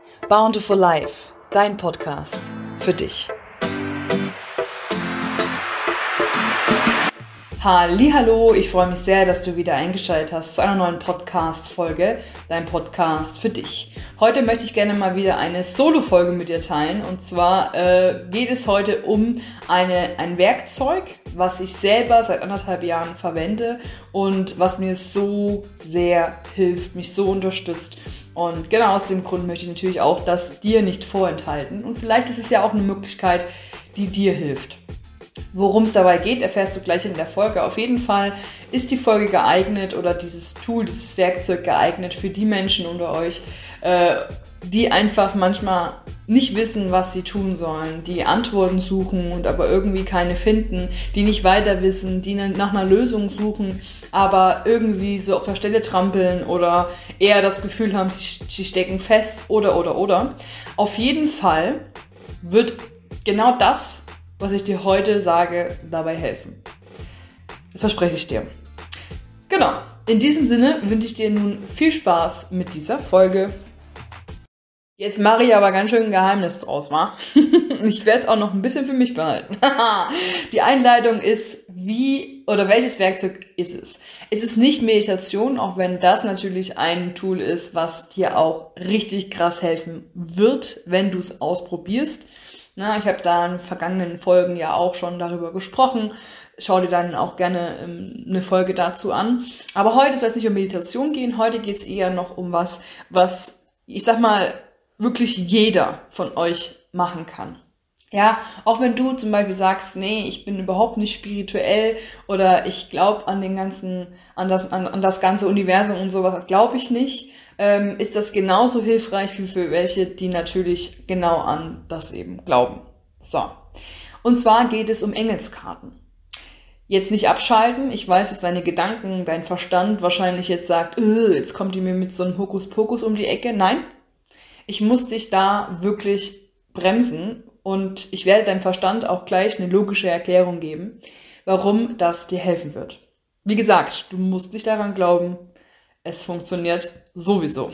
Bountiful Life, dein Podcast für dich. Hallihallo, ich freue mich sehr, dass du wieder eingeschaltet hast zu einer neuen Podcast-Folge, dein Podcast für dich. Heute möchte ich gerne mal wieder eine Solo-Folge mit dir teilen, und zwar geht es heute um ein Werkzeug, was ich selber seit 1,5 Jahren verwende und was mir so sehr hilft, mich so unterstützt. Und genau aus dem Grund möchte ich natürlich auch das dir nicht vorenthalten. Und vielleicht ist es ja auch eine Möglichkeit, die dir hilft. Worum es dabei geht, erfährst du gleich in der Folge. Auf jeden Fall ist die Folge geeignet oder dieses Tool, dieses Werkzeug geeignet für die Menschen unter euch, die einfach manchmal nicht wissen, was sie tun sollen, die Antworten suchen und aber irgendwie keine finden, die nicht weiter wissen, die nach einer Lösung suchen, aber irgendwie so auf der Stelle trampeln oder eher das Gefühl haben, sie stecken fest oder. Auf jeden Fall wird genau das, was ich dir heute sage, dabei helfen. Das verspreche ich dir. Genau, in diesem Sinne wünsche ich dir nun viel Spaß mit dieser Folge. Jetzt mache ich aber ganz schön ein Geheimnis draus, wa? Ich werde es auch noch ein bisschen für mich behalten. Die Einleitung ist, welches Werkzeug ist es? Es ist nicht Meditation, auch wenn das natürlich ein Tool ist, was dir auch richtig krass helfen wird, wenn du es ausprobierst. Ich habe da in vergangenen Folgen ja auch schon darüber gesprochen. Schau dir dann auch gerne eine Folge dazu an. Aber heute soll es nicht um Meditation gehen. Heute geht es eher noch um was ich sag mal, wirklich jeder von euch machen kann. Ja, auch wenn du zum Beispiel sagst, nee, ich bin überhaupt nicht spirituell oder ich glaube an das ganze Universum und sowas, glaube ich nicht, ist das genauso hilfreich wie für welche, die natürlich genau an das eben glauben. So, und zwar geht es um Engelskarten. Jetzt nicht abschalten, ich weiß, dass deine Gedanken, dein Verstand wahrscheinlich jetzt sagt, jetzt kommt die mir mit so einem Hokuspokus um die Ecke. Nein, ich muss dich da wirklich bremsen und ich werde deinem Verstand auch gleich eine logische Erklärung geben, warum das dir helfen wird. Wie gesagt, du musst nicht daran glauben, es funktioniert sowieso.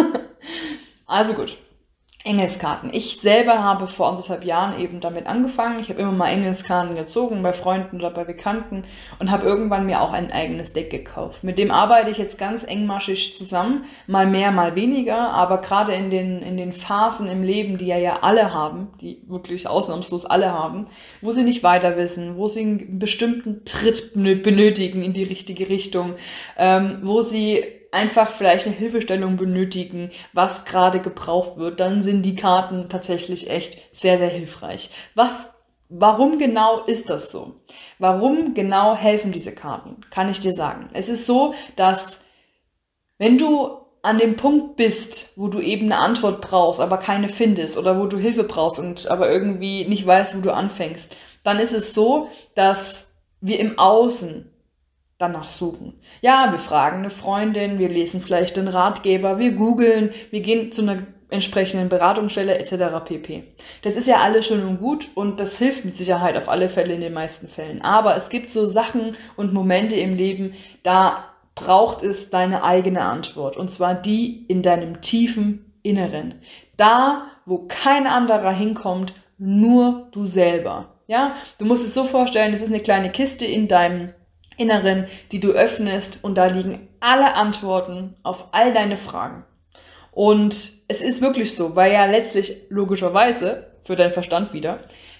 Also gut. Engelskarten. Ich selber habe vor 1,5 Jahren eben damit angefangen. Ich habe immer mal Engelskarten gezogen bei Freunden oder bei Bekannten und habe irgendwann mir auch ein eigenes Deck gekauft. Mit dem arbeite ich jetzt ganz engmaschig zusammen, mal mehr, mal weniger, aber gerade in den Phasen im Leben, die ja alle haben, die wirklich ausnahmslos alle haben, wo sie nicht weiter wissen, wo sie einen bestimmten Tritt benötigen in die richtige Richtung, wo sie einfach vielleicht eine Hilfestellung benötigen, was gerade gebraucht wird, dann sind die Karten tatsächlich echt sehr, sehr hilfreich. Warum genau ist das so? Warum genau helfen diese Karten? Kann ich dir sagen. Es ist so, dass wenn du an dem Punkt bist, wo du eben eine Antwort brauchst, aber keine findest oder wo du Hilfe brauchst und aber irgendwie nicht weißt, wo du anfängst, dann ist es so, dass wir im Außen danach suchen. Ja, wir fragen eine Freundin, wir lesen vielleicht den Ratgeber, wir googeln, wir gehen zu einer entsprechenden Beratungsstelle etc. pp. Das ist ja alles schön und gut und das hilft mit Sicherheit auf alle Fälle in den meisten Fällen. Aber es gibt so Sachen und Momente im Leben, da braucht es deine eigene Antwort. Und zwar die in deinem tiefen Inneren. Da, wo kein anderer hinkommt, nur du selber. Ja, du musst es so vorstellen, das ist eine kleine Kiste in deinem Inneren, die du öffnest und da liegen alle Antworten auf all deine Fragen. Und es ist wirklich so, weil ja letztlich logischerweise, für deinen Verstand wieder,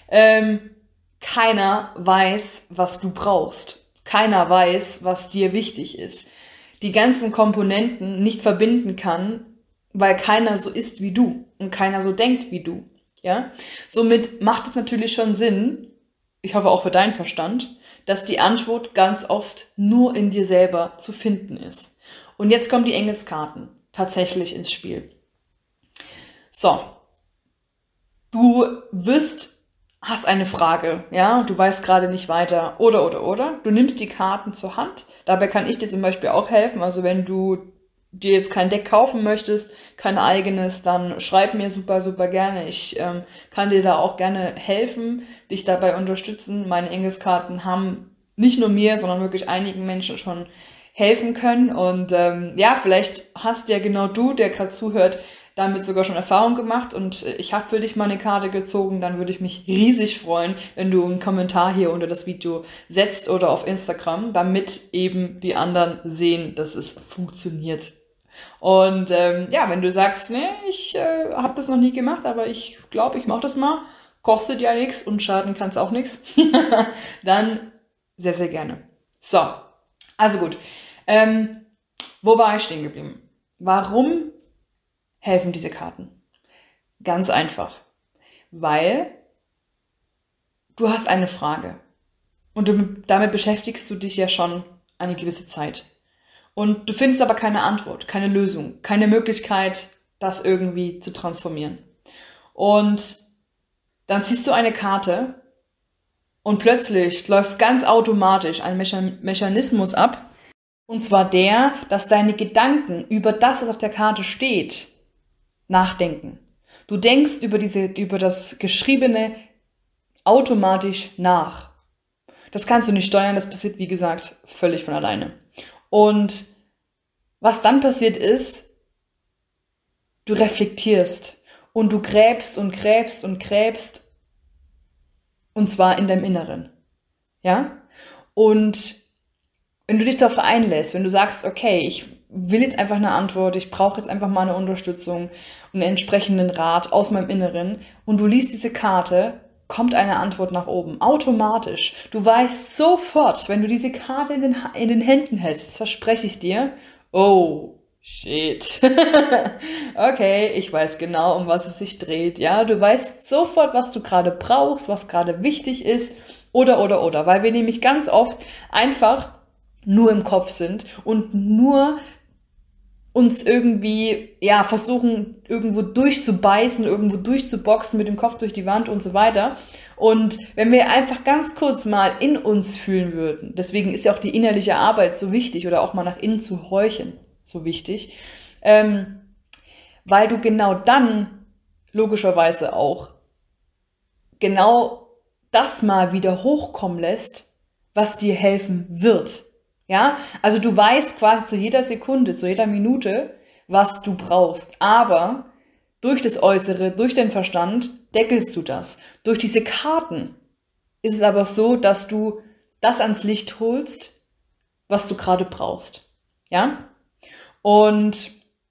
keiner weiß, was du brauchst. Keiner weiß, was dir wichtig ist. Die ganzen Komponenten nicht verbinden kann, weil keiner so ist wie du und keiner so denkt wie du. Ja? Somit macht es natürlich schon Sinn, ich hoffe auch für deinen Verstand, dass die Antwort ganz oft nur in dir selber zu finden ist. Und jetzt kommen die Engelskarten tatsächlich ins Spiel. So, du hast eine Frage, ja, du weißt gerade nicht weiter oder. Du nimmst die Karten zur Hand. Dabei kann ich dir zum Beispiel auch helfen. Also wenn du dir jetzt kein Deck kaufen möchtest, kein eigenes, dann schreib mir super, super gerne. Ich kann dir da auch gerne helfen, dich dabei unterstützen. Meine Engelskarten haben nicht nur mir, sondern wirklich einigen Menschen schon helfen können. Und vielleicht hast ja genau du, der gerade zuhört, damit sogar schon Erfahrung gemacht und ich habe für dich mal eine Karte gezogen, dann würde ich mich riesig freuen, wenn du einen Kommentar hier unter das Video setzt oder auf Instagram, damit eben die anderen sehen, dass es funktioniert. Und ja, wenn du sagst, nee, ich habe das noch nie gemacht, aber ich glaube, ich mache das mal, kostet ja nichts und schaden kann es auch nichts, dann sehr, sehr gerne. So, also gut. Wo war ich stehen geblieben? Warum helfen diese Karten? Ganz einfach. Weil du hast eine Frage und damit beschäftigst du dich ja schon eine gewisse Zeit. Und du findest aber keine Antwort, keine Lösung, keine Möglichkeit, das irgendwie zu transformieren. Und dann ziehst du eine Karte und plötzlich läuft ganz automatisch ein Mechanismus ab. Und zwar der, dass deine Gedanken über das, was auf der Karte steht, nachdenken. Du denkst über das Geschriebene automatisch nach. Das kannst du nicht steuern, das passiert, wie gesagt, völlig von alleine. Und was dann passiert ist, du reflektierst und du gräbst und gräbst und gräbst, und zwar in deinem Inneren. Ja? Und wenn du dich darauf einlässt, wenn du sagst, okay, ich will jetzt einfach eine Antwort, ich brauche jetzt einfach mal eine Unterstützung und einen entsprechenden Rat aus meinem Inneren und du liest diese Karte, kommt eine Antwort nach oben, automatisch. Du weißt sofort, wenn du diese Karte in den Händen hältst, das verspreche ich dir, oh, shit. Okay, ich weiß genau, um was es sich dreht. Ja, du weißt sofort, was du gerade brauchst, was gerade wichtig ist oder, weil wir nämlich ganz oft einfach nur im Kopf sind und nur uns irgendwie, ja, versuchen, irgendwo durchzubeißen, irgendwo durchzuboxen mit dem Kopf durch die Wand und so weiter. Und wenn wir einfach ganz kurz mal in uns fühlen würden, deswegen ist ja auch die innerliche Arbeit so wichtig oder auch mal nach innen zu horchen so wichtig, weil du genau dann logischerweise auch genau das mal wieder hochkommen lässt, was dir helfen wird. Ja, also du weißt quasi zu jeder Sekunde, zu jeder Minute, was du brauchst. Aber durch das Äußere, durch den Verstand deckelst du das. Durch diese Karten ist es aber so, dass du das ans Licht holst, was du gerade brauchst. Ja? Und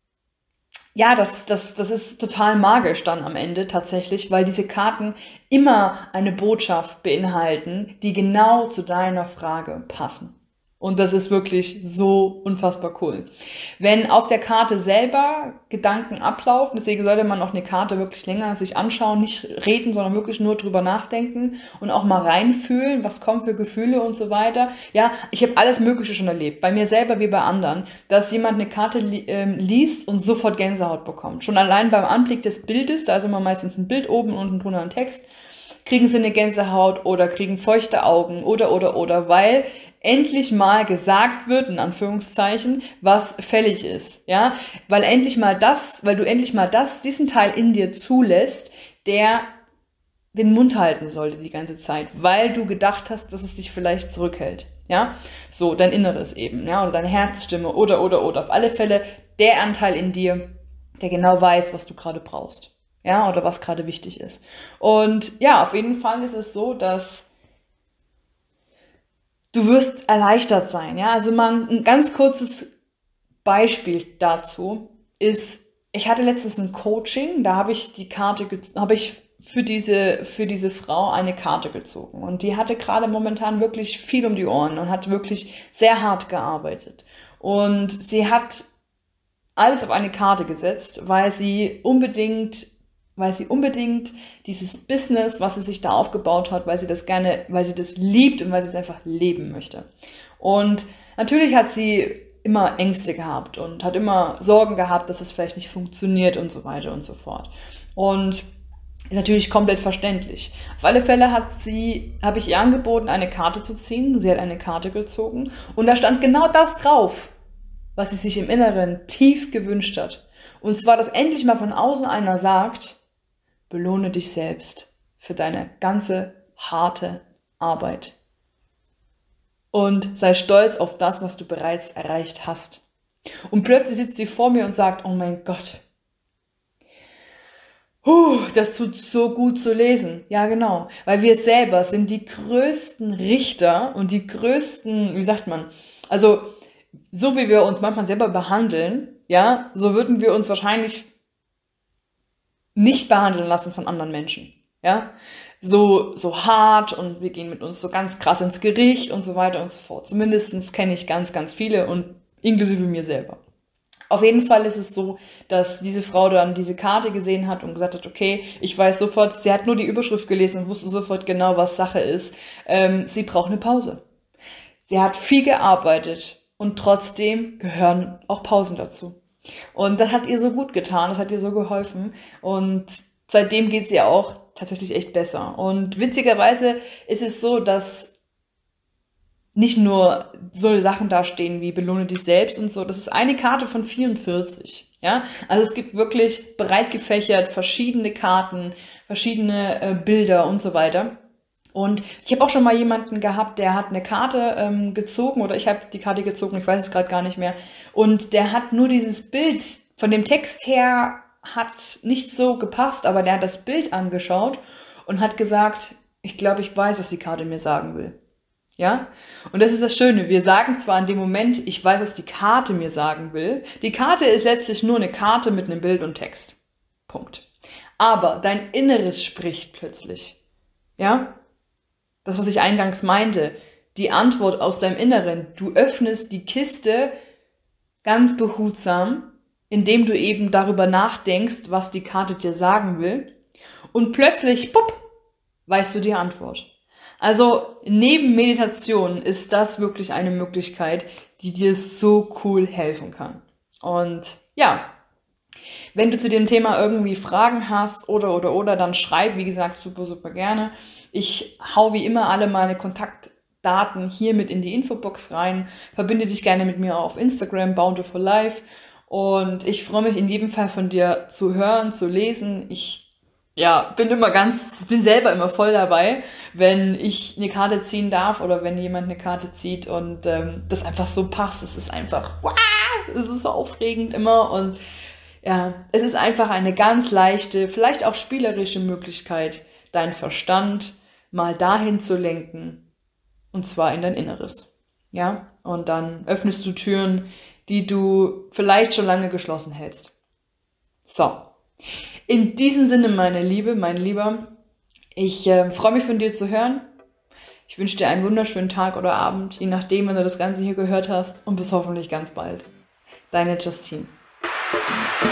ja, das ist total magisch dann am Ende tatsächlich, weil diese Karten immer eine Botschaft beinhalten, die genau zu deiner Frage passen. Und das ist wirklich so unfassbar cool. Wenn auf der Karte selber Gedanken ablaufen, deswegen sollte man auch eine Karte wirklich länger sich anschauen, nicht reden, sondern wirklich nur drüber nachdenken und auch mal reinfühlen, was kommt für Gefühle und so weiter. Ja, ich habe alles Mögliche schon erlebt, bei mir selber wie bei anderen, dass jemand eine Karte liest und sofort Gänsehaut bekommt. Schon allein beim Anblick des Bildes, da ist immer meistens ein Bild oben und unten drunter ein Text, kriegen sie eine Gänsehaut oder kriegen feuchte Augen oder, weil endlich mal gesagt wird, in Anführungszeichen, was fällig ist, ja, weil du endlich mal diesen Teil in dir zulässt, der den Mund halten sollte die ganze Zeit, weil du gedacht hast, dass es dich vielleicht zurückhält, ja, so dein Inneres eben, ja, oder deine Herzstimme oder, auf alle Fälle der Anteil in dir, der genau weiß, was du gerade brauchst, ja, oder was gerade wichtig ist. Und ja, auf jeden Fall ist es so, dass du wirst erleichtert sein, ja. Also mal ein ganz kurzes Beispiel dazu ist, ich hatte letztens ein Coaching, da habe ich für diese Frau eine Karte gezogen und die hatte gerade momentan wirklich viel um die Ohren und hat wirklich sehr hart gearbeitet und sie hat alles auf eine Karte gesetzt, weil sie unbedingt dieses Business, was sie sich da aufgebaut hat, weil sie das liebt und weil sie es einfach leben möchte. Und natürlich hat sie immer Ängste gehabt und hat immer Sorgen gehabt, dass es vielleicht nicht funktioniert und so weiter und so fort. Und ist natürlich komplett verständlich. Auf alle Fälle habe ich ihr angeboten, eine Karte zu ziehen. Sie hat eine Karte gezogen und da stand genau das drauf, was sie sich im Inneren tief gewünscht hat. Und zwar, dass endlich mal von außen einer sagt, belohne dich selbst für deine ganze harte Arbeit. Und sei stolz auf das, was du bereits erreicht hast. Und plötzlich sitzt sie vor mir und sagt, oh mein Gott, Das tut so gut zu lesen. Ja, genau. Weil wir selber sind die größten Richter und die größten, wie sagt man, also so wie wir uns manchmal selber behandeln, ja, so würden wir uns wahrscheinlich nicht behandeln lassen von anderen Menschen. Ja, so hart und wir gehen mit uns so ganz krass ins Gericht und so weiter und so fort. Zumindest kenne ich ganz, ganz viele und inklusive mir selber. Auf jeden Fall ist es so, dass diese Frau dann diese Karte gesehen hat und gesagt hat, okay, ich weiß sofort, sie hat nur die Überschrift gelesen und wusste sofort genau, was Sache ist. Sie braucht eine Pause. Sie hat viel gearbeitet und trotzdem gehören auch Pausen dazu. Und das hat ihr so gut getan, das hat ihr so geholfen und seitdem geht es ihr auch tatsächlich echt besser. Und witzigerweise ist es so, dass nicht nur so Sachen dastehen wie belohne dich selbst und so, das ist eine Karte von 44. Ja, also es gibt wirklich breit gefächert verschiedene Karten, verschiedene Bilder und so weiter. Und ich habe auch schon mal jemanden gehabt, der hat eine Karte gezogen oder ich habe die Karte gezogen, ich weiß es gerade gar nicht mehr. Und der hat nur dieses Bild von dem Text her hat nicht so gepasst, aber der hat das Bild angeschaut und hat gesagt, ich glaube, ich weiß, was die Karte mir sagen will. Ja? Und das ist das Schöne. Wir sagen zwar in dem Moment, ich weiß, was die Karte mir sagen will. Die Karte ist letztlich nur eine Karte mit einem Bild und Text. Punkt. Aber dein Inneres spricht plötzlich. Ja? Das, was ich eingangs meinte. Die Antwort aus deinem Inneren. Du öffnest die Kiste ganz behutsam, indem du eben darüber nachdenkst, was die Karte dir sagen will. Und plötzlich, pupp, weißt du die Antwort. Also neben Meditation ist das wirklich eine Möglichkeit, die dir so cool helfen kann. Und ja, wenn du zu dem Thema irgendwie Fragen hast oder, dann schreib, wie gesagt, super, super gerne. Ich hau wie immer alle meine Kontaktdaten hier mit in die Infobox rein. Verbinde dich gerne mit mir auf Instagram, Bountiful Life. Und ich freue mich in jedem Fall von dir zu hören, zu lesen. Ich bin selber immer voll dabei, wenn ich eine Karte ziehen darf oder wenn jemand eine Karte zieht und das einfach so passt. Es ist einfach, es ist so aufregend immer und ja, es ist einfach eine ganz leichte, vielleicht auch spielerische Möglichkeit, deinen Verstand mal dahin zu lenken und zwar in dein Inneres. Ja, und dann öffnest du Türen, die du vielleicht schon lange geschlossen hältst. So. In diesem Sinne, meine Liebe, mein Lieber, ich freue mich von dir zu hören. Ich wünsche dir einen wunderschönen Tag oder Abend, je nachdem, wenn du das Ganze hier gehört hast und bis hoffentlich ganz bald. Deine Justine.